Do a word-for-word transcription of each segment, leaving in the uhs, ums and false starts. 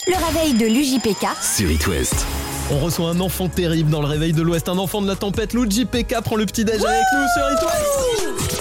Le réveil de l'U J P K sur It West. On reçoit un enfant terrible dans le réveil de l'Ouest, un enfant de la tempête. L'U J P K prend le petit déj avec nous sur It West.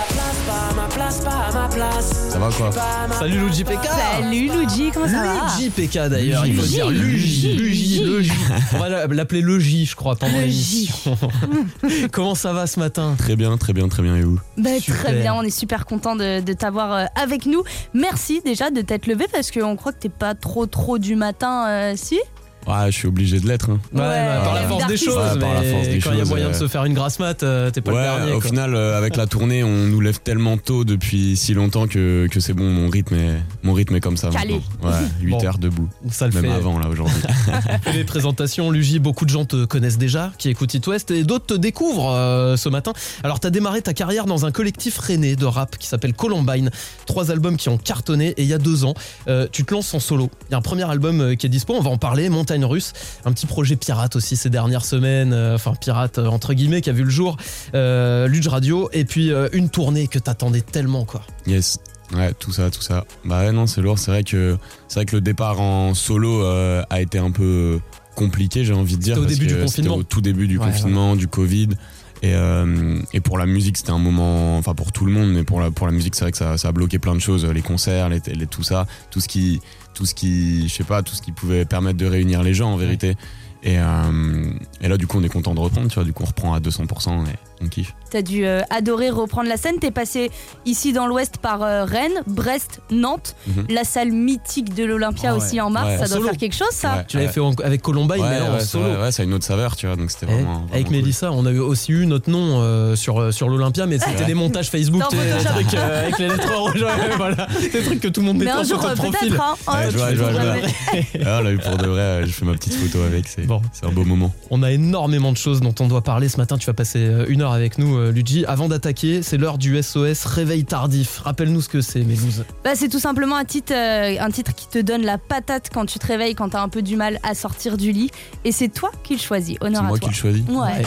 Ça va quoi? Salut l'U J P K. Salut Luigi, comment ça va? L'U J P K d'ailleurs, il faut dire L'U J, L'U J, L'U J. On va l'appeler Le J, je crois, pendant l'émission. Comment ça va ce matin? Très bien, très bien, très bien, et vous? Bah, Super. très bien, on est super content de, de t'avoir euh, avec nous. Merci déjà de t'être levé parce qu'on croit que t'es pas trop trop du matin, euh, si? Ouais, je suis obligé de l'être. Hein. Ouais, Ouais, bah, par la ouais, force des d'artiste. choses, Ouais, mais par la force des quand il y a choses, moyen euh, de se faire une grasse mat, euh, t'es pas Ouais, le dernier. au quoi. final, euh, avec la tournée, on nous lève tellement tôt depuis si longtemps que, que c'est bon, mon rythme est, mon rythme est comme ça. Calé. maintenant. Ouais, huit Bon. heures debout. Ça le Même fait. avant, là, aujourd'hui. Fais les présentations, L'U J, beaucoup de gens te connaissent déjà, qui écoutent It West, et d'autres te découvrent euh, ce matin. Alors t'as démarré ta carrière dans un collectif rennais de rap qui s'appelle Columbine. Trois albums qui ont cartonné, et il y a deux ans, euh, tu te lances en solo. Il y a un premier album euh, qui est dispo, on va en parler, Montagne Russe, un petit projet pirate aussi ces dernières semaines, euh, enfin pirate euh, entre guillemets, qui a vu le jour, euh, Ludge Radio, et puis euh, une tournée que t'attendais tellement quoi. Yes. Ouais, tout ça, tout ça. Bah ouais, non, c'est lourd. C'est vrai que, c'est vrai que le départ en solo euh, a été un peu compliqué, j'ai envie de dire. C'était au parce début que du confinement. C'était au tout début du Ouais, confinement, du Covid. Et, euh, et pour la musique, c'était un moment, enfin pour tout le monde, mais pour la, pour la musique, c'est vrai que ça, ça a bloqué plein de choses, les concerts, les, les, tout ça, tout ce qui, tout ce qui, je sais pas, tout ce qui pouvait permettre de réunir les gens en vérité. Et, euh, et là, du coup, on est content de reprendre, tu vois, du coup, on reprend à deux cents pour cent et on kiffe. T'as dû euh, adorer reprendre la scène. T'es passé ici dans l'Ouest par euh, Rennes, Brest, Nantes, Mhm. la salle mythique de l'Olympia Ah ouais. aussi en mars. Ouais. Ça En doit solo. faire quelque chose, ça. Ouais. Tu l'avais fait en- avec Columbine, Ouais, mais là en ouais, c'est solo. vrai, ouais, ça a une autre saveur, tu vois, donc c'était Eh, vraiment, vraiment avec cool. Mélissa, on a eu aussi eu notre nom euh, sur, sur l'Olympia, mais c'était des montages Facebook, Dans tu sais, des Photoshop. trucs euh, avec les lettres rouges, ouais, voilà, des trucs que tout le monde Mais mettait un sur jour, ton euh, profil. peut-être. Hein. Ouais, Ouais, je vois, tu je vois, sais je vois. jamais. Ah, là, pour de vrai, euh, je fais ma petite photo avec, c'est, Bon. c'est un beau moment. On a énormément de choses dont on doit parler ce matin. Tu vas passer euh, une heure avec nous, euh, Ludji. Avant d'attaquer, c'est l'heure du S O S Réveil Tardif. Rappelle-nous ce que c'est, Mélouse. Bah, c'est tout simplement un titre, euh, un titre qui te donne la patate quand tu te réveilles, quand t'as un peu du mal à sortir du lit. Et c'est toi qui le choisis. Honneur C'est à moi qui toi. le choisis. Ouais.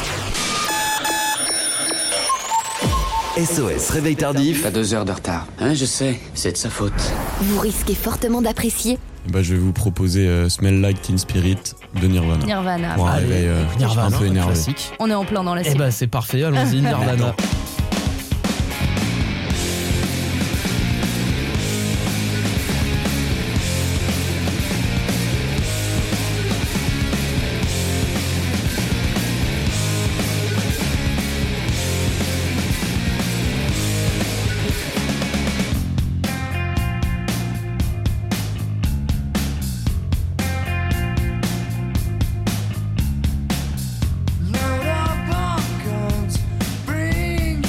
S O S Réveil Tardif. T'as deux heures de retard. Hein, je sais, c'est de sa faute. Vous risquez fortement d'apprécier. Bah, je vais vous proposer euh, Smell Like Teen Spirit de Nirvana. Nirvana. Bon, un Allez, réveil euh, Nirvana, un peu énervé. classique. On est en plein dans la Eh série. bah c'est parfait, allons-y, Nirvana. Load up on guns, bring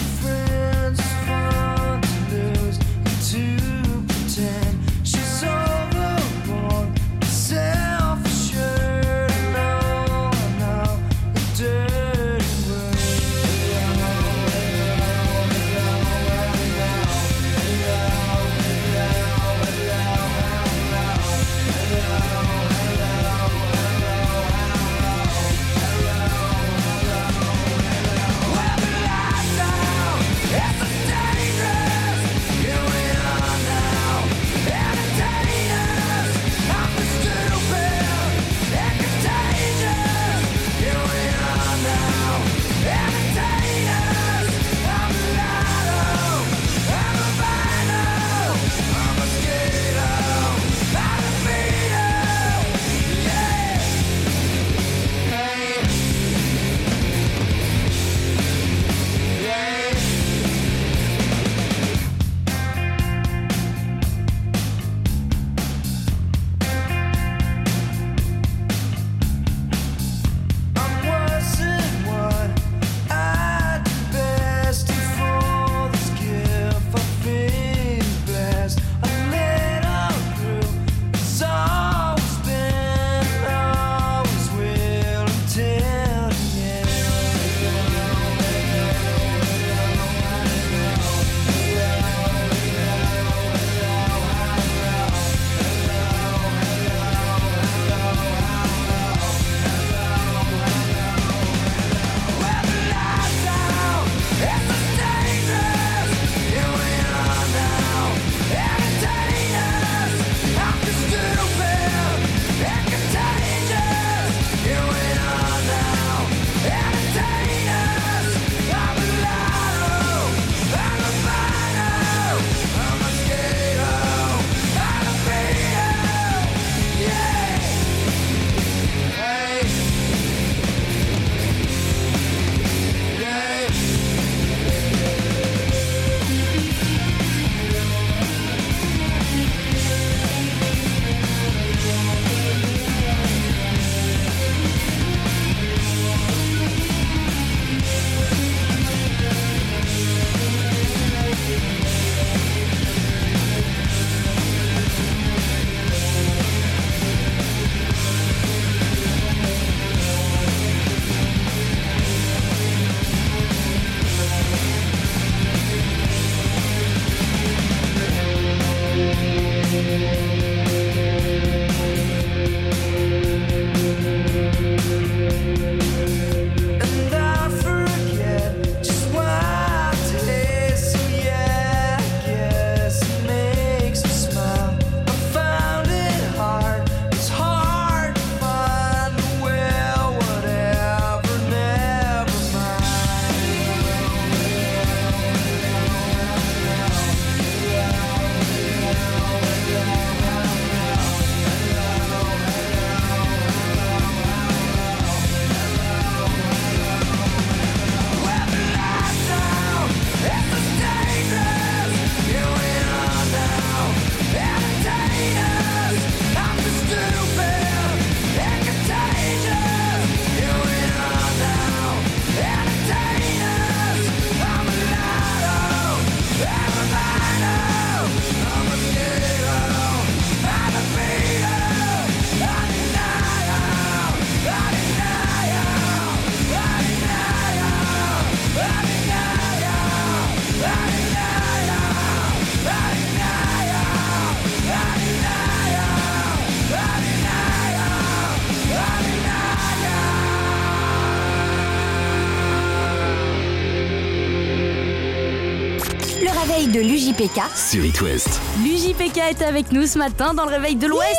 réveil de l'U J P K sur It West. L'U J P K est avec nous ce matin dans le réveil de l'Ouest.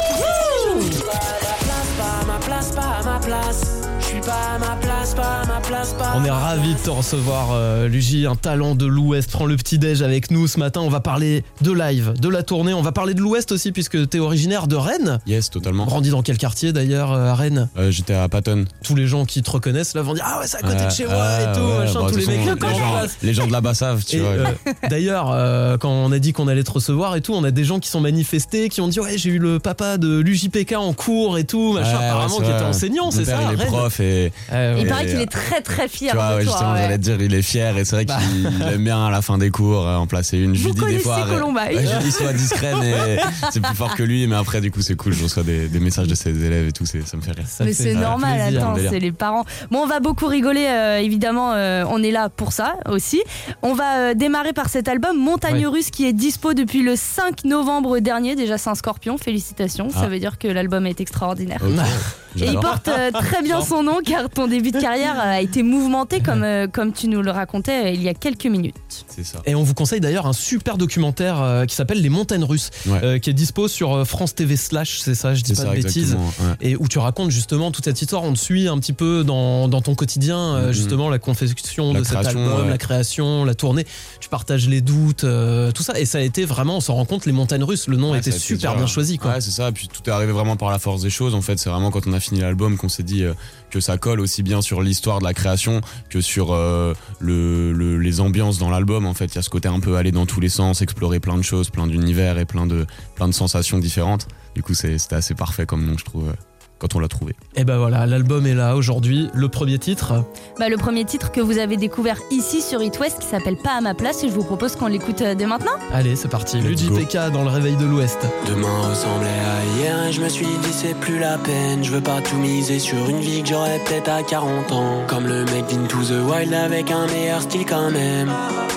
On est ravis de te recevoir, euh, Luigi, un talent de l'Ouest. Prends le petit-déj avec nous ce matin. On va parler de live, de la tournée. On va parler de l'Ouest aussi, puisque t'es originaire de Rennes. Yes, totalement. Grandi dans quel quartier d'ailleurs euh, à Rennes? Euh, j'étais à Patton. Tous les gens qui te reconnaissent là vont dire ah ouais, c'est à côté Euh, de chez moi euh, et tout, ouais, machin. bah, Tous de les toute mecs façon, de les, gens, place. les gens de là-bas savent, tu Et, vois. euh, d'ailleurs, euh, quand on a dit qu'on allait te recevoir et tout, on a des gens qui sont manifestés, qui ont dit ouais, j'ai eu le papa de l'U J P K en cours et tout, machin. Ouais, apparemment ouais, qui c'est était vrai. enseignant, Mon c'est père, ça. il est Rennes. prof et. Euh, Il Et- paraît qu'il est très très fier Tu vois, de ouais, toi. justement, ouais. j'allais te dire, il est fier et c'est vrai qu'il aime bien à la fin des cours euh, en placer une. Je Vous lui dis des connaissez fois. arrête. Columbine. Ouais, je lui dis sois discret, mais c'est plus fort que lui. Mais après, du coup, c'est cool. Je reçois des, des messages de ses élèves et tout, c'est, ça me fait rire. ça Mais fait, c'est euh, normal, plaisir. attends, délire. c'est les parents. Bon, on va beaucoup rigoler, euh, évidemment, euh, on est là pour ça aussi. On va euh, démarrer par cet album Montagne Ouais. Russe qui est dispo depuis le cinq novembre dernier. Déjà, c'est un scorpion, félicitations. Ça Ah. veut dire que l'album est extraordinaire. Ok, Et il j'adore. porte euh, très bien son nom car ton début de carrière a été mouvementé comme, euh, comme tu nous le racontais euh, il y a quelques minutes. C'est ça. Et on vous conseille d'ailleurs un super documentaire euh, qui s'appelle Les Montagnes Russes, Ouais. euh, qui est dispo sur euh, France T V slash, c'est ça, je dis C'est pas ça, de bêtises. exactement. Ouais. Et où tu racontes justement toute cette histoire, on te suit un petit peu dans, dans ton quotidien, euh, Mhm. justement la confection La de cet création, album, ouais. la création, la tournée, tu partages les doutes, euh, tout ça, et ça a été vraiment, on s'en rend compte, Les Montagnes Russes, le nom Ouais, était ça a été super dur. bien choisi quoi. Ouais, c'est ça. Puis tout est arrivé vraiment par la force des choses. En fait, c'est vraiment quand on a fini l'album qu'on s'est dit euh, que ça colle aussi bien sur l'histoire de la création que sur euh, le, le- les ambiances dans l'album. En fait, il y a ce côté un peu aller dans tous les sens, explorer plein de choses, plein d'univers et plein de plein de sensations différentes. Du coup, c'est, c'était assez parfait comme nom, je trouve, euh, quand on l'a trouvé. Et ben voilà, l'album est là aujourd'hui, le premier titre. Bah, le premier titre que vous avez découvert ici sur It West qui s'appelle Pas à ma place et je vous propose qu'on l'écoute euh, dès maintenant. Allez, c'est parti, Let's le J P K dans le réveil de l'Ouest. Demain ressemblait à hier et je me suis dit c'est plus la peine. Je veux pas tout miser sur une vie que j'aurais peut-être à quarante ans. Comme le mec d'Into the Wild avec un meilleur style quand même.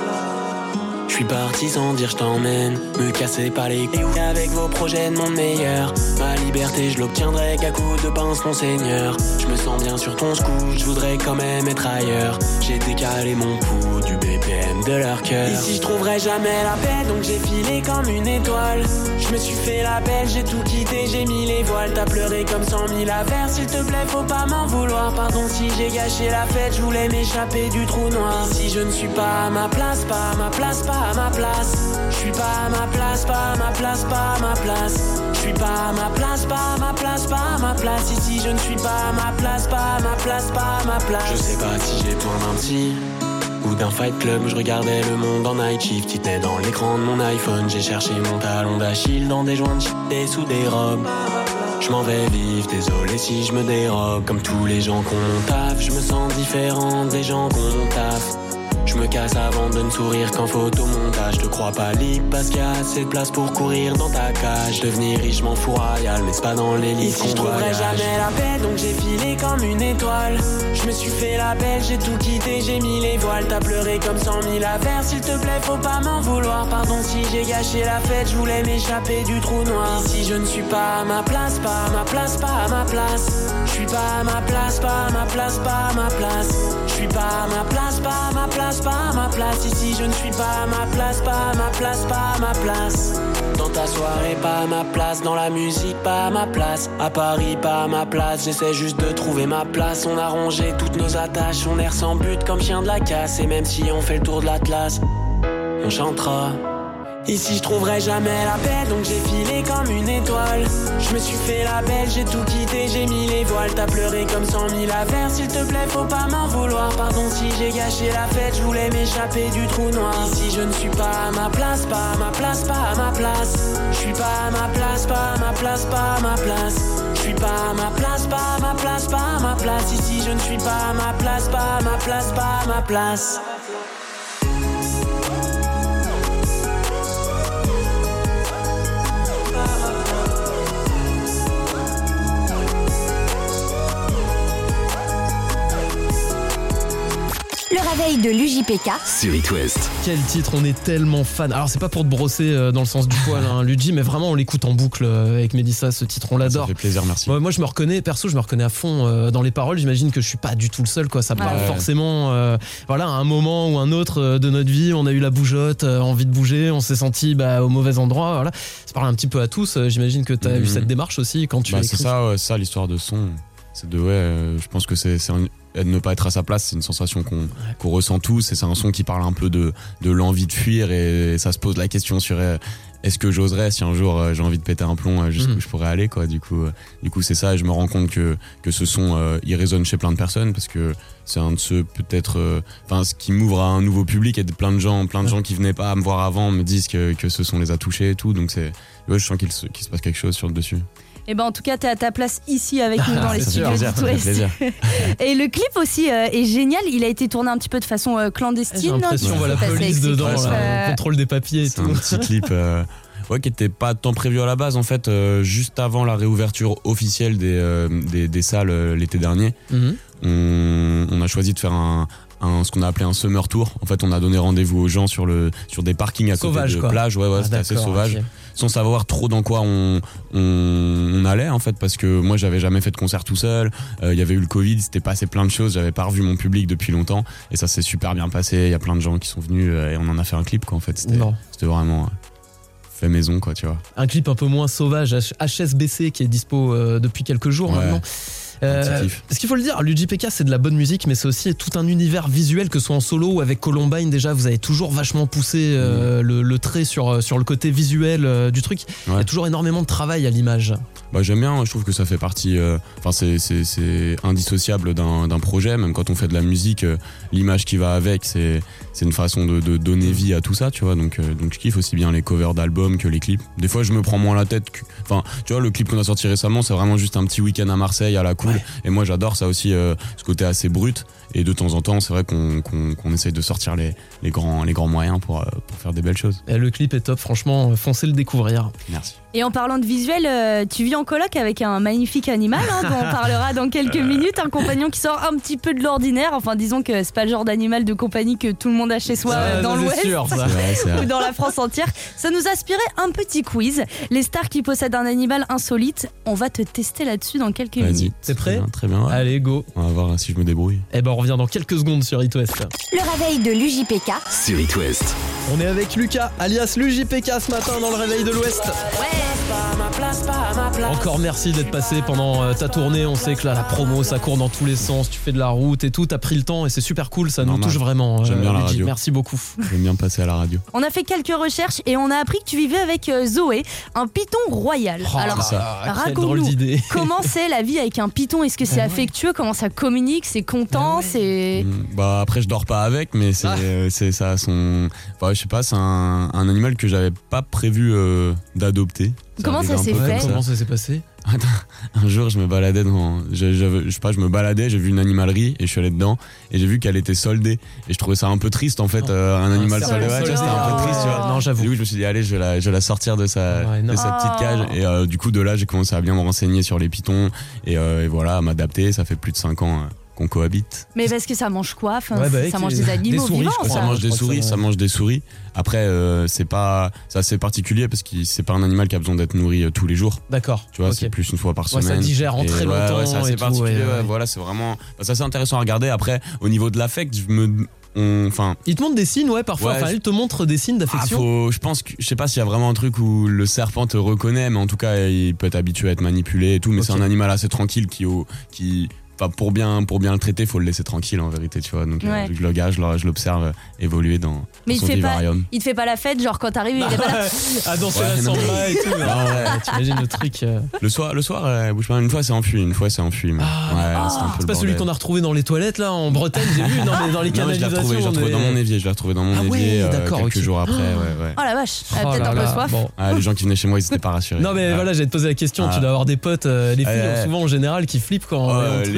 Je suis parti sans dire je t'emmène. Me cassez pas les couilles avec vos projets de monde meilleur. Ma liberté je l'obtiendrai qu'à coups de pince mon seigneur. Je me sens bien sur ton scoop, je voudrais quand même être ailleurs. J'ai décalé mon pouls du B P M de leur cœur. Ici je trouverai jamais la paix donc j'ai filé comme une étoile. Je me suis fait la belle, j'ai tout quitté, j'ai mis les voiles. T'as pleuré comme cent mille affaires, s'il te plaît faut pas m'en vouloir. Pardon si j'ai gâché la fête, je voulais m'échapper du trou noir. Ici je ne suis pas à ma place, pas à ma place, pas à ma place. Je suis pas à ma place, pas à ma place, pas à ma place. Je suis pas à ma place, pas à ma place, pas à ma place. Ici je ne suis pas à ma place, pas à ma place, pas à ma place. Je sais pas si j'ai besoin d'un petit ou d'un fight club, je regardais le monde en night shift. Il était dans l'écran de mon iPhone. J'ai cherché mon talon d'Achille dans des joints de shit et sous des robes. Je m'en vais vivre, désolé si je me dérobe. Comme tous les gens qu'on taffe, je me sens différent des gens qu'on taffe. Je me casse avant de ne sourire qu'en photomontage. Te crois pas libre parce qu'il y a assez de place pour courir dans ta cage. Devenir riche m'en fous royal, mais c'est pas dans les livres qu'on je trouverai voyage. jamais la paix donc j'ai filé comme une étoile. Je me suis fait la belle, j'ai tout quitté, j'ai mis les voiles. T'as pleuré comme cent mille affaires, s'il te plaît faut pas m'en vouloir. Pardon si j'ai gâché la fête, je voulais m'échapper du trou noir. Ici je ne suis pas à ma place, pas à ma place, pas à ma place. Je suis pas à ma place, pas à ma place, pas à ma place. Je suis pas à ma place, pas à ma place, pas à ma place. Ici je ne suis pas à ma place, pas à ma place, pas à ma place. Dans ta soirée, pas à ma place. Dans la musique, pas à ma place. À Paris, pas à ma place. J'essaie juste de trouver ma place. On a rangé toutes nos attaches. On erre sans but comme chien de la casse. Et même si on fait le tour de l'Atlas, on chantera. Ici je trouverai jamais la paix donc j'ai filé comme une étoile. Je me suis fait la belle, j'ai tout quitté, j'ai mis les voiles. T'as pleuré comme cent mille affaires, s'il te plaît faut pas m'en vouloir. Pardon si j'ai gâché la fête, je voulais m'échapper du trou noir. Ici je ne suis pas à ma place, pas à ma place, pas à ma place. Je suis pas à ma place, pas à ma place, pas à ma place. Je suis pas à ma place, pas à ma place, pas à ma place. Ici je ne suis pas à ma place, pas à ma place, pas à ma place. Le Le réveil de l'U J P K. Sur It West. Quel titre, on est tellement fan. Alors c'est pas pour te brosser euh, dans le sens du poil, hein, Luigi, mais vraiment on l'écoute en boucle euh, avec Mélissa, ce titre, on l'adore. Ça fait plaisir, merci. Moi, moi je me reconnais, perso je me reconnais à fond euh, dans les paroles, j'imagine que je suis pas du tout le seul, quoi. Ça me Ouais. parle forcément, euh, voilà, à un moment ou un autre euh, de notre vie, on a eu la bougeotte, euh, envie de bouger, on s'est senti bah, au mauvais endroit, voilà. Ça parle un petit peu à tous, euh, j'imagine que t'as Mhm. eu cette démarche aussi quand tu Bah, l'as c'est écrit. ça, ouais, ça l'histoire de son. C'est de ouais, euh, je pense que c'est, c'est un- de ne pas être à sa place, c'est une sensation qu'on, qu'on ressent tous, et c'est un son qui parle un peu de, de l'envie de fuir, et ça se pose la question sur euh, est-ce que j'oserais si un jour euh, j'ai envie de péter un plomb euh, jusqu'où Mhm. je pourrais aller, quoi. Du coup, euh, du coup c'est ça, et je me rends compte que, que ce son euh, il résonne chez plein de personnes, parce que c'est un de ceux peut-être, euh, enfin ce qui m'ouvre à un nouveau public, et de plein de gens, plein de gens qui venaient pas me voir avant me disent que, que ce son les a touchés et tout, donc c'est, ouais, je sens qu'il se, qu'il se passe quelque chose sur le dessus. Et ben en tout cas, t'es à ta place ici avec nous dans les c'est studios sûr, d'It ça fait West. plaisir. Et le clip aussi euh, est génial. Il a été tourné un petit peu de façon euh, clandestine. J'ai l'impression, non, on voit la qui s'est passé police avec ces dedans, clips, là, euh, contrôle des papiers et C'est tout. un petit clip euh, ouais, qui était pas tant prévu à la base en fait, euh, juste avant la réouverture officielle des, euh, des, des salles euh, l'été dernier. Mhm. On, on a choisi de faire un, un, ce qu'on a appelé un summer tour. En fait, on a donné rendez-vous aux gens sur, le, sur des parkings à Sauvage, côté de quoi. plages. Ouais, ouais, Ah, c'était assez d'accord, sauvage. ok. Sans savoir trop dans quoi on, on, on allait en fait, parce que moi j'avais jamais fait de concert tout seul. Il euh, y avait eu le Covid, c'était passé plein de choses, j'avais pas revu mon public depuis longtemps, et ça s'est super bien passé. Il y a plein de gens qui sont venus euh, et on en a fait un clip, quoi. En fait, c'était, Non. c'était vraiment euh, fait maison, quoi, tu vois. Un clip un peu moins sauvage, H S B C, qui est dispo euh, depuis quelques jours Ouais. maintenant. Euh, petit kiff. parce qu'il faut le dire, l'U J P K c'est de la bonne musique, mais c'est aussi tout un univers visuel, que ce soit en solo ou avec Columbine. Déjà, vous avez toujours vachement poussé euh, le, le trait sur, sur le côté visuel euh, du truc. Il y Ouais. a toujours énormément de travail à l'image. Bah, j'aime bien, je trouve que ça fait partie, euh, enfin c'est, c'est, c'est indissociable d'un, d'un projet, même quand on fait de la musique, euh, l'image qui va avec, c'est, c'est une façon de, de donner vie à tout ça, tu vois, donc, euh, donc je kiffe aussi bien les covers d'albums que les clips. Des fois je me prends moins la tête, que- enfin tu vois, le clip qu'on a sorti récemment, c'est vraiment juste un petit week-end à Marseille à la cool, et moi j'adore ça aussi, euh, ce côté assez brut, et de temps en temps c'est vrai qu'on, qu'on, qu'on essaye de sortir les, les, grands, les grands moyens pour, euh, pour faire des belles choses. Et le clip est top, franchement, foncez le découvrir. Merci. Et en parlant de visuel, euh, tu vis en coloc avec un magnifique animal hein, dont on parlera dans quelques minutes, un compagnon qui sort un petit peu de l'ordinaire. Enfin, disons que c'est pas le genre d'animal de compagnie que tout le monde a chez soi euh, Ça, dans ça, c'est l'Ouest sûr, ça. C'est vrai, c'est ou vrai. dans la France entière. Ça nous a inspiré un petit quiz. Les stars qui possèdent un animal insolite, on va te tester là-dessus dans quelques Vas-y. minutes. T'es prêt ? Très bien, très bien, ouais. Allez, go. On va voir si je me débrouille. Eh ben, on revient dans quelques secondes sur It West. Le réveil de l'U J P K. Sur It West. On est avec Lucas, alias l'U J P K ce matin dans le réveil de l'Ouest. Encore merci d'être passé pendant euh, ta tournée. On sait que là, la promo, ça court dans tous les sens. Tu fais de la route et tout. T'as pris le temps et c'est super cool. Ça nous Normal. touche vraiment. J'aime bien la Luigi. radio. Merci beaucoup. J'aime bien passer à la radio. On a fait quelques recherches et on a appris que tu vivais avec euh, Zoé, un python royal. Oh Alors, là là, quelle raconte-nous. drôle d'idée. comment c'est la vie avec un python? Est-ce que c'est Ouais. affectueux? Comment ça communique? C'est content? Ouais. C'est... Mm, Bah après je dors pas avec, mais c'est Ah. euh, c'est ça a son, bah, je sais pas, c'est un, un animal que j'avais pas prévu euh, d'adopter. Comment arrive ça un s'est peu fait comme ça. Comment ça s'est passé? Un jour je me baladais dans, je, je, je sais pas, je me baladais, j'ai vu une animalerie et je suis allé dedans et j'ai vu qu'elle était soldée et je trouvais ça un peu triste en fait, euh, un animal Ah, soldé. ça, Ouais, tu vois, c'était un peu triste, tu vois. Non, j'avoue. Du coup, je me suis dit, allez, je vais la, je vais la sortir de sa, Ouais, non. de sa petite cage. Et euh, du coup, de là, j'ai commencé à bien me renseigner sur les pythons et, euh, et voilà, à m'adapter. Ça fait plus de cinq ans euh, qu'on cohabite. Mais parce que ça mange quoi? Enfin, Ouais, bah, ça avec mange les- des animaux des souris, vivants, je crois. ça. Ça mange je des crois que souris, ça- ça mange des souris. Après, euh, c'est pas, c'est assez particulier parce que c'est pas un animal qui a besoin d'être nourri euh, tous les jours. D'accord. Tu vois, Ok. c'est plus une fois par Ouais, semaine. ça digère en Et très ouais, longtemps ouais, c'est assez et tout, particulier. ouais, ouais. ouais. Voilà, c'est vraiment, bah, c'est assez intéressant à regarder. Après, au niveau de l'affect, je me, on- enfin, Il te montre des signes, ouais, parfois. Ouais, enfin, je- il te montre des signes ah, d'affection. faut, je pense que, je sais pas s'il y a vraiment un truc où le serpent te reconnaît, mais en tout cas, il peut être habitué à être manipulé et tout. Mais Ok. c'est un animal assez tranquille qui, au- qui, enfin, pour bien, pour bien le traiter, faut le laisser tranquille en vérité, tu vois. Donc, euh, Ouais. je le gars, je le- je l'observe évoluer dans, Mais dans il son te fait pas, vivarium. il te fait pas la fête, genre quand t'arrives, il est pas là. À danser Ouais, la non. samba et tout. Non, ouais. T'imagines le truc. euh. Le soir, le soir, euh, bouge pas. Une fois, c'est enfui. Une fois, c'est enfui. Mais... Ah, ouais, c'est un peu C'est le pas celui bordel. qu'on a retrouvé dans les toilettes là en Bretagne, j'ai vu. Non, mais dans les Non, mais je l'ai canalisations. retrouvé, je l'ai retrouvé on dans est- mon évier. Je l'ai retrouvé dans mon Ah ouais, évier euh, d'accord, quelques ok. jours après. Ouais, ouais. Oh la vache, elle Oh a peut-être là un peu là, soif. bon. Ah, les gens qui venaient chez moi, ils étaient pas rassurés. Non mais Ouais. voilà, j'allais te poser la question. Ah. Tu dois avoir des potes, euh, les filles Ouais. souvent en général qui flippent quand on Ouais, est en truc. les,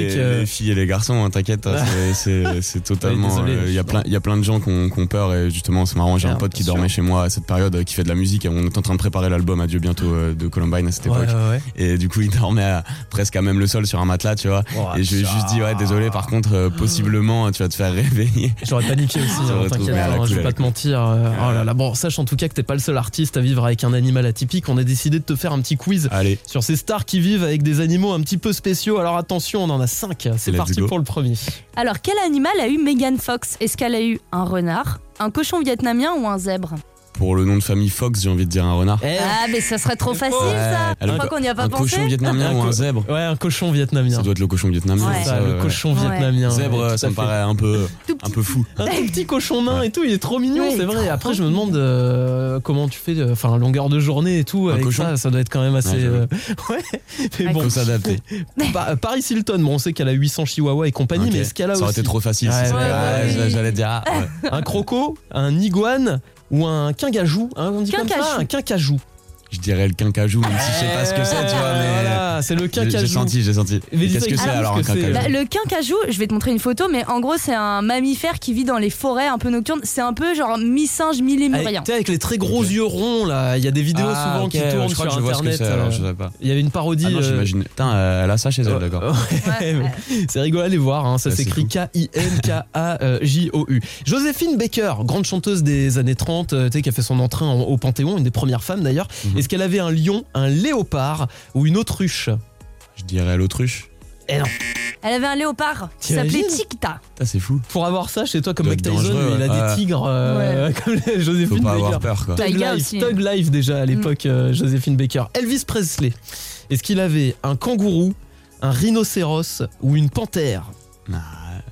musique. Euh... Les filles et les garçons, hein, t'inquiète, c'est, c'est, c'est totalement. Il ouais, y a plein, il y a plein de gens qui ont, qui ont peur et justement, c'est marrant. J'ai un pote qui dormait chez moi à cette période, qui fait de la musique. Et on est en train de préparer l'album Adieu bientôt de Columbine à cette époque. Ouais, ouais, ouais. Et du coup, il dormait à, presque à même le sol sur un matelas, tu vois. Oh, et je lui ai juste dit, ouais, désolé, par contre, euh, possiblement, tu vas te faire réveiller. J'aurais paniqué aussi, hein, t'inquiète, hein, je vais pas te mentir. Euh, oh là là, bon, sache en tout cas que t'es pas le seul artiste à vivre avec un animal atypique. On a décidé de te faire un petit quiz Allez. sur ces stars qui vivent avec des animaux un petit peu spéciaux. Alors attention, on en a cinq. C'est Let's parti go. pour le premier. Alors, quel animal a eu Megan Fox ? Est-ce qu'elle a eu un renard, un cochon vietnamien ou un zèbre ? Pour le nom de famille Fox, j'ai envie de dire un renard. Eh ah, mais ça serait trop facile, ouais. ça. Je crois qu'on n'y a pas un pensé. Un cochon vietnamien ou un zèbre ? Ouais, un cochon vietnamien. Ça doit être le cochon vietnamien. Ouais. Ça, le cochon ouais. vietnamien. Zèbre, ouais, ça me paraît un peu, un peu fou. Un tout petit cochon nain ouais. et tout, il est trop mignon, ouais, c'est vrai. Après, je me demande euh, comment tu fais, enfin, longueur de journée et tout. Un avec cochon. ça, ça doit être quand même assez. Ouais. Euh... ouais. Mais ouais, bon. Faut s'adapter. Bah, Paris Hilton, bon, on sait qu'elle a huit cents chihuahuas et compagnie, okay. mais est-ce qu'elle a ça aussi. Ça aurait été trop facile. J'allais dire. Un croco, un iguane. Ou un quingajou, hein, on dit comme ça, un quincajou. Je dirais le quincajou, même si je sais pas ce que c'est, tu vois, mais. Voilà, c'est le quincajou. J'ai senti, j'ai senti. Mais qu'est-ce que c'est alors un quincajou ? Bah, le quincajou, je vais te montrer une photo, mais en gros, c'est un mammifère qui vit dans les forêts un peu nocturnes. C'est un peu genre mi-singe, mi-lémurien. Tu sais, avec les très gros okay. yeux ronds, là. Il y a des vidéos ah, souvent okay. qui tournent sur Internet. Alors, je sais pas. Il y avait une parodie. Ah non, j'imagine. Putain, euh, elle a ça chez elle, d'accord. Ouais, ouais. C'est rigolo, allez voir, hein. Ça s'écrit K I N K A J O U. Joséphine Baker, grande chanteuse des années trente, tu sais, qui a fait son entrée au Panthéon, une des premières femmes d'ailleurs. Est-ce qu'elle avait un lion, un léopard ou une autruche ? Je dirais l'autruche. Eh non. Elle avait un léopard qui s'appelait Chiquita. Ah, c'est fou. Pour avoir ça chez toi comme Mike Tyson, il a ah. des tigres euh, ouais. comme les Joséphine Faut pas Baker. Avoir peur, quoi. Thug Life, Thug Life déjà à l'époque, mm. euh, Joséphine Baker. Elvis Presley, est-ce qu'il avait un kangourou, un rhinocéros ou une panthère ? Nah,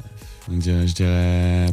je dirais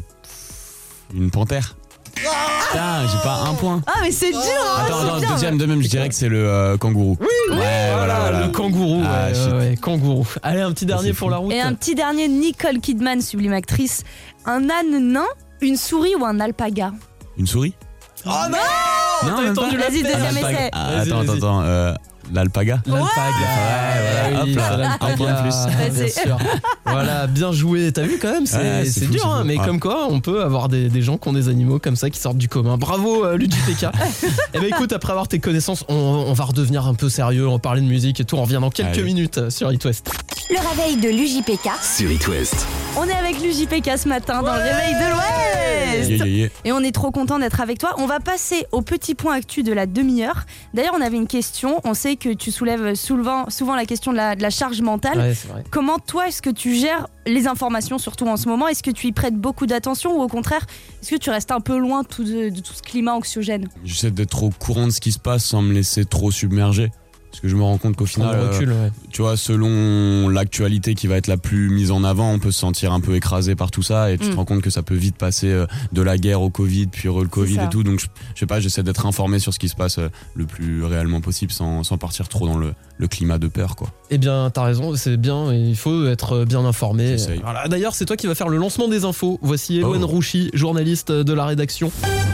une panthère. Putain, j'ai pas un point. Ah mais c'est dur. Hein, attends, attends, bien, deuxième de même, je dirais que c'est le euh, kangourou. Oui, oui. Ouais, voilà, voilà, le kangourou. Ah, ouais, ouais, ouais, kangourou. Allez, un petit dernier pour la route. Et un petit dernier, Nicole Kidman, sublime actrice. Un âne nain, une souris ou un alpaga ? Une souris ? Oh non, non t'as entendu la Vas-y, deuxième essai. Ah, attends, attends, attends. Euh, L'alpaga. L'alpaga. Ouais, voilà. Oui, hop là, un point de plus. Bien sûr. Voilà, bien joué. T'as vu quand même, c'est, ouais, c'est, c'est fou, dur, c'est hein, mais ouais. comme quoi, on peut avoir des, des gens qui ont des animaux comme ça qui sortent du commun. Bravo, euh, Luigi P K. Et ben écoute, après avoir tes connaissances, on, on va redevenir un peu sérieux, on va parler de musique et tout. On revient dans quelques Allez. minutes sur It West. Le réveil de l'U J P K sur It West. On est avec l'U J P K ce matin ouais. dans le réveil de l'Ouest. Yeah, yeah, yeah. Et on est trop content d'être avec toi. On va passer au petit point actu de la demi-heure. D'ailleurs, on avait une question. On sait que tu soulèves souvent, souvent la question de la, de la charge mentale. Ouais, c'est vrai. Comment toi, est-ce que tu gères les informations, surtout en ce moment ? Est-ce que tu y prêtes beaucoup d'attention ou au contraire, est-ce que tu restes un peu loin tout de, de tout ce climat anxiogène ? J'essaie d'être au courant de ce qui se passe sans me laisser trop submerger. Parce que je me rends compte qu'au final, recul, euh, ouais. tu vois, selon l'actualité qui va être la plus mise en avant, on peut se sentir un peu écrasé par tout ça et tu mm. te rends compte que ça peut vite passer euh, de la guerre au Covid, puis re le Covid et tout. Donc, je, je sais pas, j'essaie d'être informé sur ce qui se passe euh, le plus réellement possible sans, sans partir trop dans le, le climat de peur, quoi. Eh bien, t'as raison, c'est bien, il faut être bien informé. Voilà. D'ailleurs, c'est toi qui vas faire le lancement des infos. Voici Eloane oh. Rouchy, journaliste de la rédaction.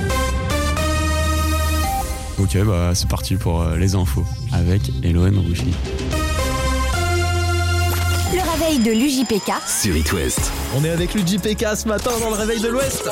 Ok, bah c'est parti pour euh, les infos avec Eloane Rouchy. Le réveil de l'U J P K sur It West. On est avec l'U J P K ce matin dans le réveil de l'Ouest.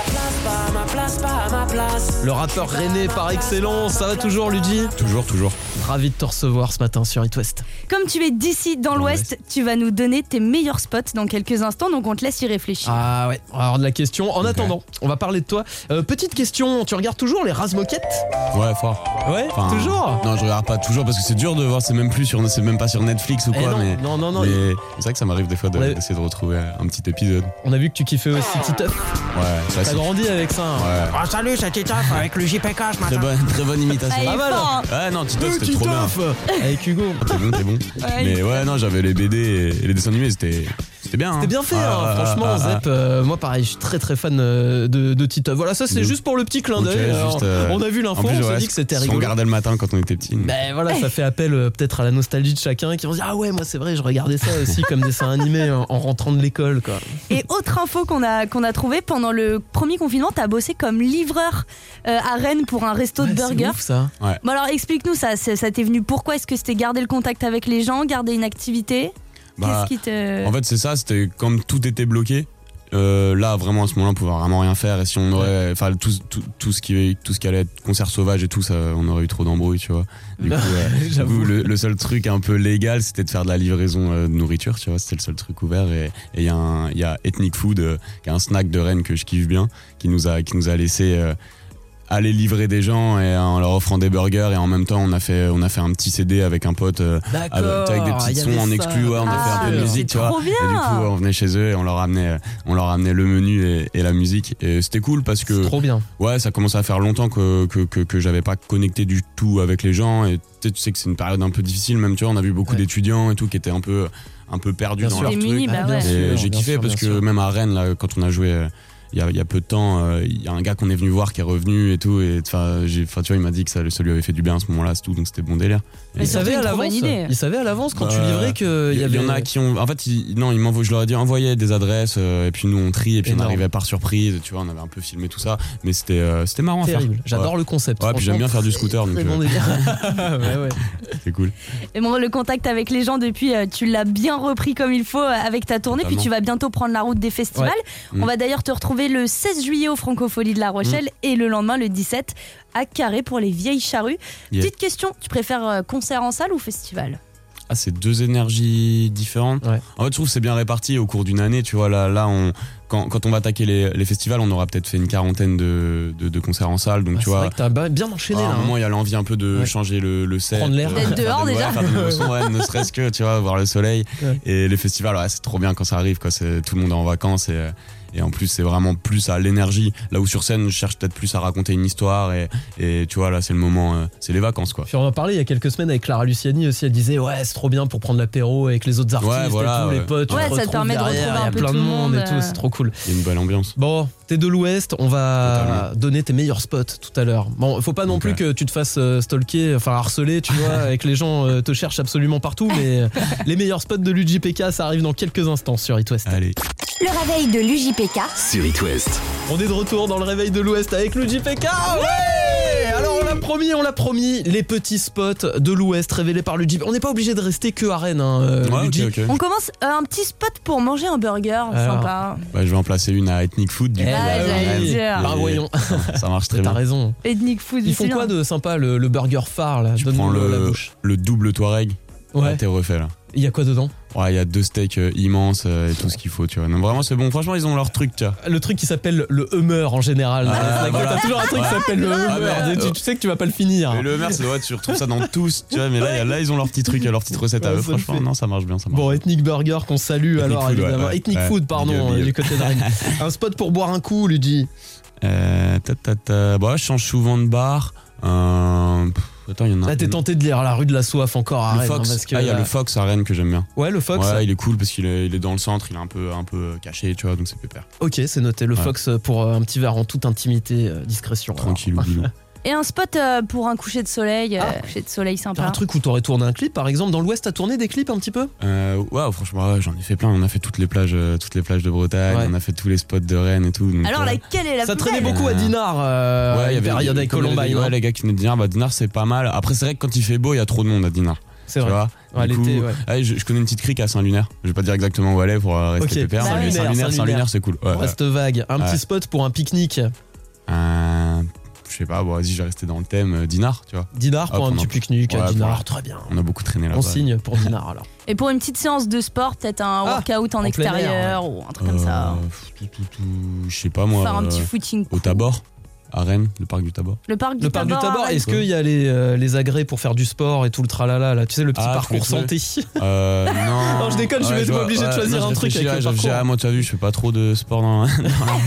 Le rappeur René par excellence, ça va toujours Luigi ? Toujours, toujours. Ravi de te recevoir ce matin sur It West. Comme tu es d'ici dans l'Ouest, tu vas nous donner tes meilleurs spots dans quelques instants, donc on te laisse y réfléchir. Ah ouais, on va avoir de la question. En okay. attendant, on va parler de toi. Euh, petite question, tu regardes toujours les Razmoquettes ? Ouais, fort. Ouais, enfin, toujours ? Non, je regarde pas toujours parce que c'est dur de voir, c'est même plus sur, c'est même pas sur Netflix ou quoi. Eh non, mais, non, non, non. Mais il... c'est vrai que ça m'arrive des fois de, d'essayer de retrouver un petit épisode. On a vu que tu kiffais aussi Titeuf. Ouais, ça T'as grandi avec ça. Hein. Ouais. Ah, salut, c'est Titeuf avec le J P K ce matin. Très bonne, très bonne imitation. Ah, mal. Hein. Ouais, non, Titeuf, c'était trop bien. Avec Hugo. T'es bon, t'es bon. Ouais, mais ouais, non, j'avais les B D et les dessins animés, c'était. C'était bien. C'était hein. bien fait, ah, hein. ah, franchement, ah, Zep. Euh, moi, pareil, je suis très très fan de, de Titeuf. Voilà, ça c'est de... juste pour le petit clin d'œil. Okay, Alors, euh... On a vu l'info, plus, on s'est ouais, dit que c'était rigolo. On regardait le matin quand on était petit. Ben voilà, ça fait appel euh, peut-être à la nostalgie de chacun qui vont se dire ah ouais, moi c'est vrai, je regardais ça aussi comme dessin animé en, en rentrant de l'école, quoi. Et autre info qu'on a qu'on a trouvé pendant le premier confinement, t'as bossé comme livreur euh, à Rennes pour un resto ouais, de burgers. C'est ouf, ça. Ouais. Bon alors explique-nous ça, ça t'est venu pourquoi ? Est-ce que c'était garder le contact avec les gens, garder une activité ? Bah, Qu'est-ce qui te. En fait, c'est ça, c'était comme tout était bloqué. Euh, là, vraiment, à ce moment-là, on pouvait vraiment rien faire. Et si on aurait. Enfin, tout, tout, tout, ce qui, tout ce qui allait être concert sauvage et tout, ça, on aurait eu trop d'embrouilles, tu vois. Du coup, euh, du coup le, le seul truc un peu légal, c'était de faire de la livraison euh, de nourriture, tu vois. C'était le seul truc ouvert. Et il y, y a Ethnic Food, euh, qui est un snack de Rennes que je kiffe bien, qui nous a, qui nous a laissé. Euh, aller livrer des gens et en leur offrant des burgers et en même temps on a fait on a fait un petit C D avec un pote euh, avec, avec des petits sons en exclu, ouais, on a ah, fait un peu de musique, tu vois, bien. et du coup on venait chez eux et on leur amenait on leur amenait le menu et, et la musique et c'était cool parce que c'est trop bien. Ouais, ça commençait à faire longtemps que que que, que j'avais pas connecté du tout avec les gens et tu sais que c'est une période un peu difficile, même tu vois, on a vu beaucoup ouais. d'étudiants et tout qui étaient un peu un peu perdus bien dans sûr. leur truc. Mini, bah ouais. Et sûr, j'ai kiffé sûr, parce que sûr. même à Rennes là quand on a joué il y a, il y a peu de temps, il euh, y a un gars qu'on est venu voir qui est revenu et tout, et enfin, tu vois, il m'a dit que ça, ça lui avait fait du bien à ce moment-là, c'est tout, donc c'était bon délire. Mais il savait à l'avance. Il savait à l'avance quand euh, tu livrais que il y, y avait. Il y en a qui ont, en fait, il, non, il m'envoie, je leur ai dit envoyez des adresses, euh, et puis nous on trie, et puis énorme. On arrivait par surprise, tu vois, on avait un peu filmé tout ça, mais c'était, euh, c'était marrant terrible. à faire. J'adore ouais. le concept. Ouais, puis j'aime bien faire du scooter, donc. C'est bon délire. ouais, ouais. C'est cool. Et bon, le contact avec les gens depuis, tu l'as bien repris comme il faut avec ta tournée, totalement. Puis tu vas bientôt prendre la route des festivals. Ouais. On mmh. va d'ailleurs te retrouver le seize juillet au Francofolie de La Rochelle mmh. et le lendemain, le dix-sept, à Carré pour les Vieilles Charrues. Yeah. Petite question, tu préfères concert en salle ou festival ? Ah, c'est deux énergies différentes. Ouais. En fait, je trouve que c'est bien réparti au cours d'une année. Tu vois, là, là on, quand, quand on va attaquer les, les festivals, on aura peut-être fait une quarantaine de, de, de concerts en salle. Donc, ah, tu c'est vois. C'est vrai que t'as bien enchaîné. À là, un moment, il hein. y a l'envie un peu de ouais. changer le, le set. Prendre l'air. D'être dehors de, déjà. Ouais, faire des nouveaux sons, ouais, ne serait-ce que, tu vois, voir le soleil. Ouais. Et les festivals, ouais, c'est trop bien quand ça arrive, quoi. C'est, tout le monde est en vacances et. Et en plus, c'est vraiment plus à l'énergie. Là où sur scène, je cherche peut-être plus à raconter une histoire. Et, et tu vois, là, c'est le moment, euh, c'est les vacances, quoi. Puis on en a parlé il y a quelques semaines avec Clara Luciani aussi. Elle disait, ouais, c'est trop bien pour prendre l'apéro avec les autres artistes ouais, voilà, et tout, ouais. les potes. Ouais, ça te permet de retrouver un peu plein tout de monde monde. et tout. C'est trop cool. Il y a une belle ambiance. Bon, t'es de l'Ouest. On va Totalement. donner tes meilleurs spots tout à l'heure. Bon, faut pas non okay. plus que tu te fasses euh, stalker, enfin harceler, tu vois, avec les gens euh, te cherchent absolument partout. Mais euh, les meilleurs spots de l'U J P K, ça arrive dans quelques instants sur It West. Allez. Le réveil de l'U J P K sur It West. On est de retour dans le réveil de l'Ouest avec l'U J P K. Ouais. Alors on l'a promis, on l'a promis, les petits spots de l'Ouest révélés par l'U J P K. On n'est pas obligé de rester que à Rennes, hein, euh, ouais, okay, okay. On commence euh, un petit spot pour manger un burger, alors, sympa. Bah, je vais en placer une à Ethnic Food. Du eh coup, bah, j'allais dire. Bah voyons. Ça marche très T'as bien. T'as raison. Ethnic Food. Ils font quoi de sympa le, le burger phare là? Tu prends le, la bouche. le double Touareg. Ouais. Là, t'es refait là. Il y a quoi dedans? Ouais, il y a deux steaks euh, immenses euh, et tout ce qu'il faut, tu vois. Non, vraiment, c'est bon. Franchement, ils ont leur truc, tu vois. Le truc qui s'appelle le Hummer en général. Ah, voilà. T'as toujours un truc ouais. qui s'appelle le Hummer. Ah, tu, tu sais que tu vas pas le finir. Mais le Hummer, c'est ouais, tu retrouves ça dans tous, tu vois. Mais là, y a, là, ils ont leur petit truc, leur petite recette ouais, à eux. Franchement, fait. non, ça marche bien, ça marche. Bon, Ethnic Burger qu'on salue Ethnic alors food, évidemment. Ouais, ouais. Ethnic ouais. Food, pardon, du côté de Rennes. Un spot pour boire un coup, Luigi. Euh, ta, ta, ta. Bon, je change souvent de bar. Euh, pff, attends, il y en a. Là, t'es tenté de lire la rue de la Soif encore à le Rennes. Fox. Hein, parce que, ah, il y a là... le Fox à Rennes que j'aime bien. Ouais, le Fox. Ouais, il est cool parce qu'il est, il est dans le centre, il est un peu, un peu caché, tu vois, donc c'est pépère. Ok, c'est noté. Le ouais. Fox pour un petit verre en toute intimité, discrétion. Tranquille ou bilou. Et un spot euh, pour un coucher de soleil, euh, ah. coucher de soleil sympa. Un truc où t'aurais tourné un clip, par exemple, dans l'Ouest, t'as tourné des clips un petit peu? euh, Ouais, franchement, ouais, j'en ai fait plein. On a fait toutes les plages, euh, toutes les plages de Bretagne. Ouais. On a fait tous les spots de Rennes et tout. Donc, alors, euh, laquelle est la ça plus traînait belle beaucoup à Dinard. Euh, ouais, il y avait période avec Columbine. Ouais, les gars qui venaient de Dinard, bah Dinard c'est pas mal. Après, c'est vrai que quand il fait beau, il y a trop de monde à Dinard. C'est vrai. Vois ouais, du l'été, coup, ouais. ouais, je, je connais une petite crique à Saint-Lunaire. Je vais pas dire exactement où elle est pour rester okay. pépère. Saint-Lunaire, Saint-Lunaire, Saint-Lunaire, Saint-Lunaire, c'est cool. Ouais, on reste vague. Un ouais. petit spot pour un pique-nique. Euh, je sais pas, bon, vas-y, je vais rester dans le thème euh, Dinard, tu vois. Dinard pour Hop, un petit pique-nique ouais, à Dinard, très bien. On a beaucoup traîné là-bas. On signe pour Dinard alors. Et pour une petite séance de sport, peut-être un ah, workout en, en extérieur air, ouais. ou un truc euh, comme ça. Tout, tout, tout, je sais pas moi. Faire un euh, petit footing. Au Tabor. À Rennes, le parc du Tabor. Le parc du le Tabor. Parc du Tabor. Est-ce qu'il y a les, euh, les agrès pour faire du sport et tout le tralala là? Tu sais, le petit ah, parcours santé. Euh, non. non, je déconne, ouais, je vais être obligé ouais, de choisir non, un truc avec le parcours. Ah, moi, tu as vu, je fais pas trop de sport dans, dans la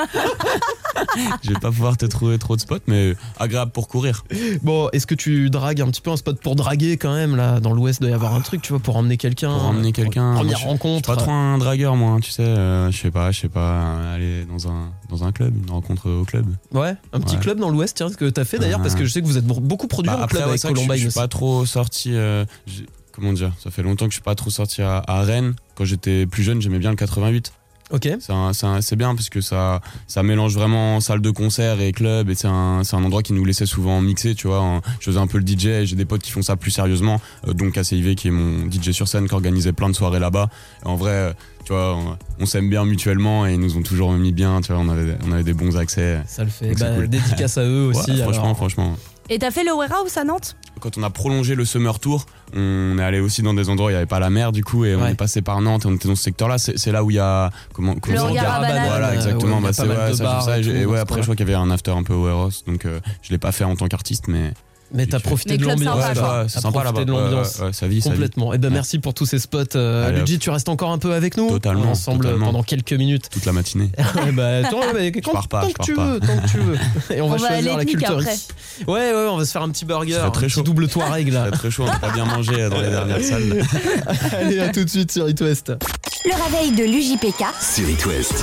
Je vais pas pouvoir te trouver trop de spots, mais agréable pour courir. Bon, est-ce que tu dragues un petit peu un spot pour draguer quand même là? Dans l'Ouest, doit y avoir un truc, tu vois, pour emmener quelqu'un. Pour emmener quelqu'un. Première moi, rencontre. Je suis pas trop un dragueur, moi, tu sais. Euh, je sais pas, je sais pas. Euh, aller dans un dans un club, une rencontre au club. Ouais, un petit ouais. club dans l'Ouest, tiens, ce que t'as fait d'ailleurs, euh... parce que je sais que vous êtes beaucoup produit bah, en après, club ouais, avec Columbine. Je, je aussi. suis pas trop sorti. Euh, comment dire? Ça fait longtemps que je suis pas trop sorti à, à Rennes. Quand j'étais plus jeune, j'aimais bien le quatre-vingt-huit. Ok. C'est, un, c'est, un, c'est bien parce que ça, ça mélange vraiment salle de concert et club, et c'est un, c'est un endroit qui nous laissait souvent mixer, tu vois. En, je faisais un peu le D J et j'ai des potes qui font ça plus sérieusement, euh, donc K C I V qui est mon D J sur scène qui organisait plein de soirées là-bas. Et en vrai, euh, tu vois, on, on s'aime bien mutuellement et ils nous ont toujours mis bien, tu vois, on avait, on avait des bons accès. Ça le fait. Bah, cool. Dédicace à eux aussi. Ouais, franchement, alors. franchement. Et t'as fait le warehouse à Nantes ? Quand on a prolongé le Summer Tour, on est allé aussi dans des endroits où il n'y avait pas la mer du coup, et ouais. on est passé par Nantes et on était dans ce secteur-là. C'est, c'est là où il y a comment, comment le regard à banane. Voilà, exactement. Euh, ouais, bah, c'est ouais, ça, ça, et, et ouais, après ouais. je crois qu'il y avait un after un peu au warehouse, donc euh, je l'ai pas fait en tant qu'artiste, mais. Mais t'as profité de l'ambiance. Sympa, ouais, ouais, c'est sympa là-bas. de l'ambiance. Ouais, ouais, ça vit, complètement. Et ben ouais. merci pour tous ces spots. Euh, Luigi, tu restes encore un peu avec nous. Totalement. Ensemble totalement. pendant quelques minutes. Toute la matinée. ouais, bah, attends, mais quand, je pars pas, tant je que pars tu pas. veux, tant que tu veux. Et on, on va choisir la culturerie. Ouais, ouais, on va se faire un petit burger, un petit chaud. double Touareg là. C'est très chaud. On n'a pas bien mangé dans les dernières salles. Allez, à tout de suite sur It West. Le réveil de l'U J P K sur It West.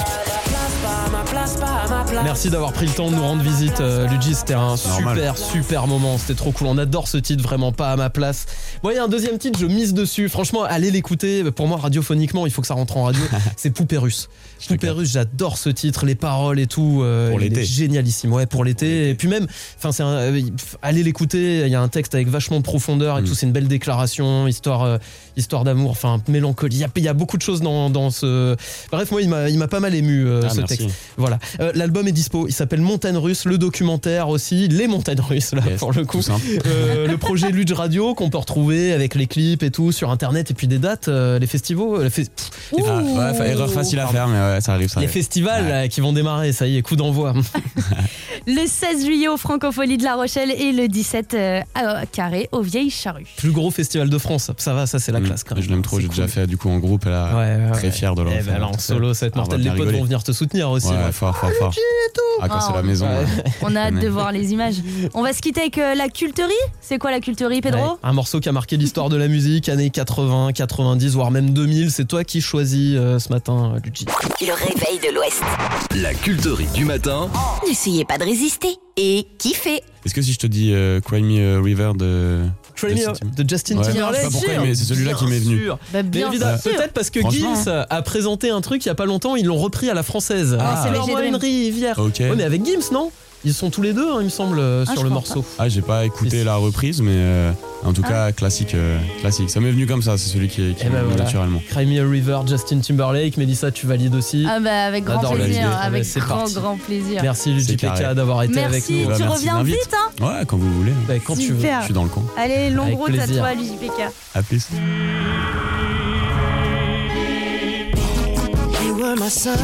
Merci d'avoir pris le temps de nous rendre visite, euh, Luigi. C'était un super, Normal. super moment. C'était trop cool. On adore ce titre, vraiment pas à ma place. Bon, il y a un deuxième titre, je mise dessus. Franchement, allez l'écouter. Pour moi, radiophoniquement, il faut que ça rentre en radio. C'est Poupée Russe. Poupée Russe, j'adore ce titre, les paroles et tout. Euh, pour l'été. Génialissime, ouais, pour l'été. Pour l'été. Et puis même, enfin, c'est un, euh, allez l'écouter. Il y a un texte avec vachement de profondeur et mmh. tout. C'est une belle déclaration, histoire, euh, histoire d'amour, enfin, mélancolie. Il y a, il y a beaucoup de choses dans, dans ce. Bref, moi, il m'a, il m'a pas mal ému euh, ah, ce merci. texte. Voilà. Euh, l'album est dispo. Il s'appelle Montagne Russe, le documentaire aussi, les montagnes russes là yes, pour le coup. Euh, le projet Ludge Radio qu'on peut retrouver avec les clips et tout sur internet et puis des dates, euh, les festivals. Les fe... Pff, les ah, ouais, erreur facile à faire, mais ouais, ça arrive. Ça les arrive. festivals ouais. là, qui vont démarrer, ça y est, coup d'envoi. Le seize juillet au Francophonie de La Rochelle et le dix-sept euh, à Carré au Vieilles Charrues. Plus gros festival de France, ça va, ça c'est la mmh, classe quand même. Je l'aime trop, j'ai cool. déjà fait du coup en groupe là, ouais, ouais, très ouais. fier de leur eh ben, en solo, ça va être mortel. Les potes vont venir te soutenir aussi. Ouais, ouais. fort, fort, fort. Ah, quand oh, c'est la maison. Ouais. Ouais. On a hâte de voir les images. On va se quitter avec euh, la culterie. C'est quoi la culterie, Pedro ? Ouais, un morceau qui a marqué l'histoire de la musique, années quatre-vingts, quatre-vingt-dix, voire même deux mille. C'est toi qui choisis euh, ce matin, Luigi. Le réveil de l'Ouest. La culterie du matin. N'essayez pas de résister et kiffez. Est-ce que si je te dis euh, Cry Me a River de Cry Me de Justin ouais. Timberlake, je sais pas pourquoi, mais c'est celui-là qui m'est venu. Bah, bien mais évidemment, peut-être parce que Gims a présenté un truc il y a pas longtemps, ils l'ont repris à la française. Ah, c'est moi une rivière. Okay. Ouais, mais avec Gims, non ? Ils sont tous les deux, hein, il me semble, ah, sur le morceau. Ah, j'ai pas écouté c'est... la reprise, mais euh, en tout ah. cas, classique, euh, classique. Ça m'est venu comme ça, c'est celui qui, qui m'est venu voilà. naturellement. Cry Me a River, Justin Timberlake. Mélissa, tu valides aussi ? Ah bah avec grand Adore plaisir, avec bah, grand parti. grand plaisir. Merci Luigi P K d'avoir été merci, avec nous. Merci, tu bah, reviens vite, hein ? Ouais, quand vous voulez. Bah, quand Super. tu veux. Je suis dans le coin. Allez, longue avec route plaisir. à toi, Luigi P K. À plus. You were my sun,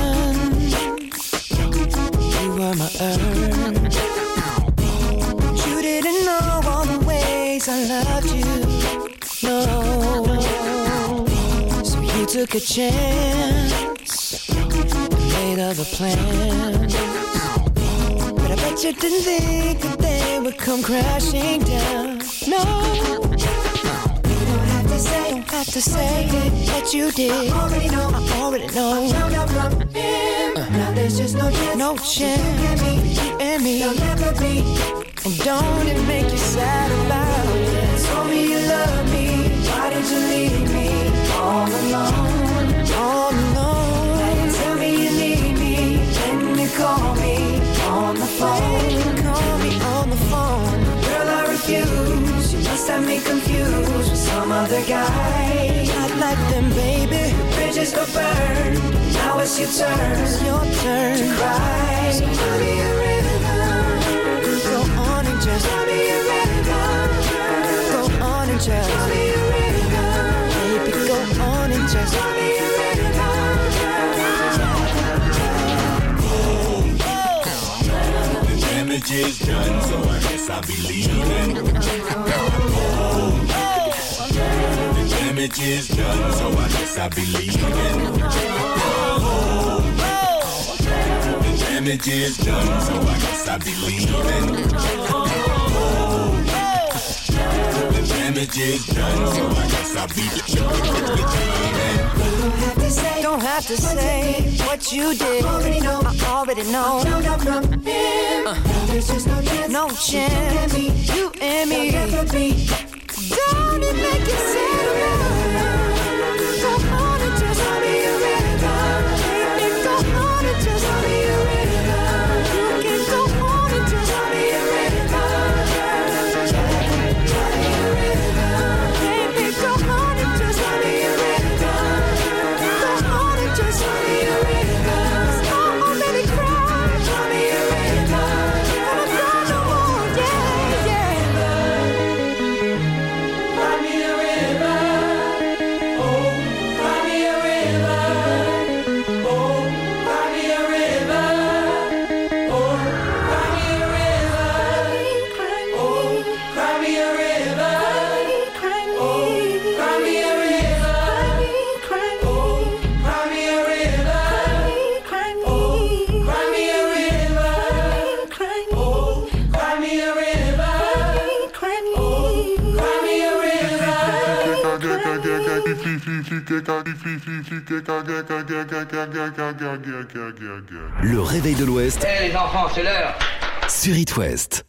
you were my earth. You didn't know all the ways I loved you, no. So you took a chance and made other plans. But I bet you didn't think that they would come crashing down, no. Say, don't have to say that you did. I already know, I already know. I found out from him. Uh, now there's just no chance, no chance. You and me, you'll never be. And don't it make you sad about it? Told me you love me. Why did you leave me all alone? All alone. Now you tell me you need me. Then you call me on the phone. Call me on the phone. Girl, I refuse. You must have me confused with some other guy. Not like them, baby. The bridges go burned. Now it's your turn. It's your turn to cry. So tell me a rhythm. Go on and just tell me a rhythm. Go on and just tell me a rhythm. Baby, go on and just tell me a rhythm. The damage is done, so I guess I'll be leaving. The damage is done, so I guess I'll be leaving. The damage is done, so I guess I'll be leaving. The damage is done, so I guess I'll be leaving. Don't have to say what you did. I already know. I already know. Found out from him. Uh, There's just no chance. No chance. You and me. Don't it make you sad? Go on and just tell me a rhythm. Le réveil de l'Ouest Eh les enfants, c'est l'heure. sur It West.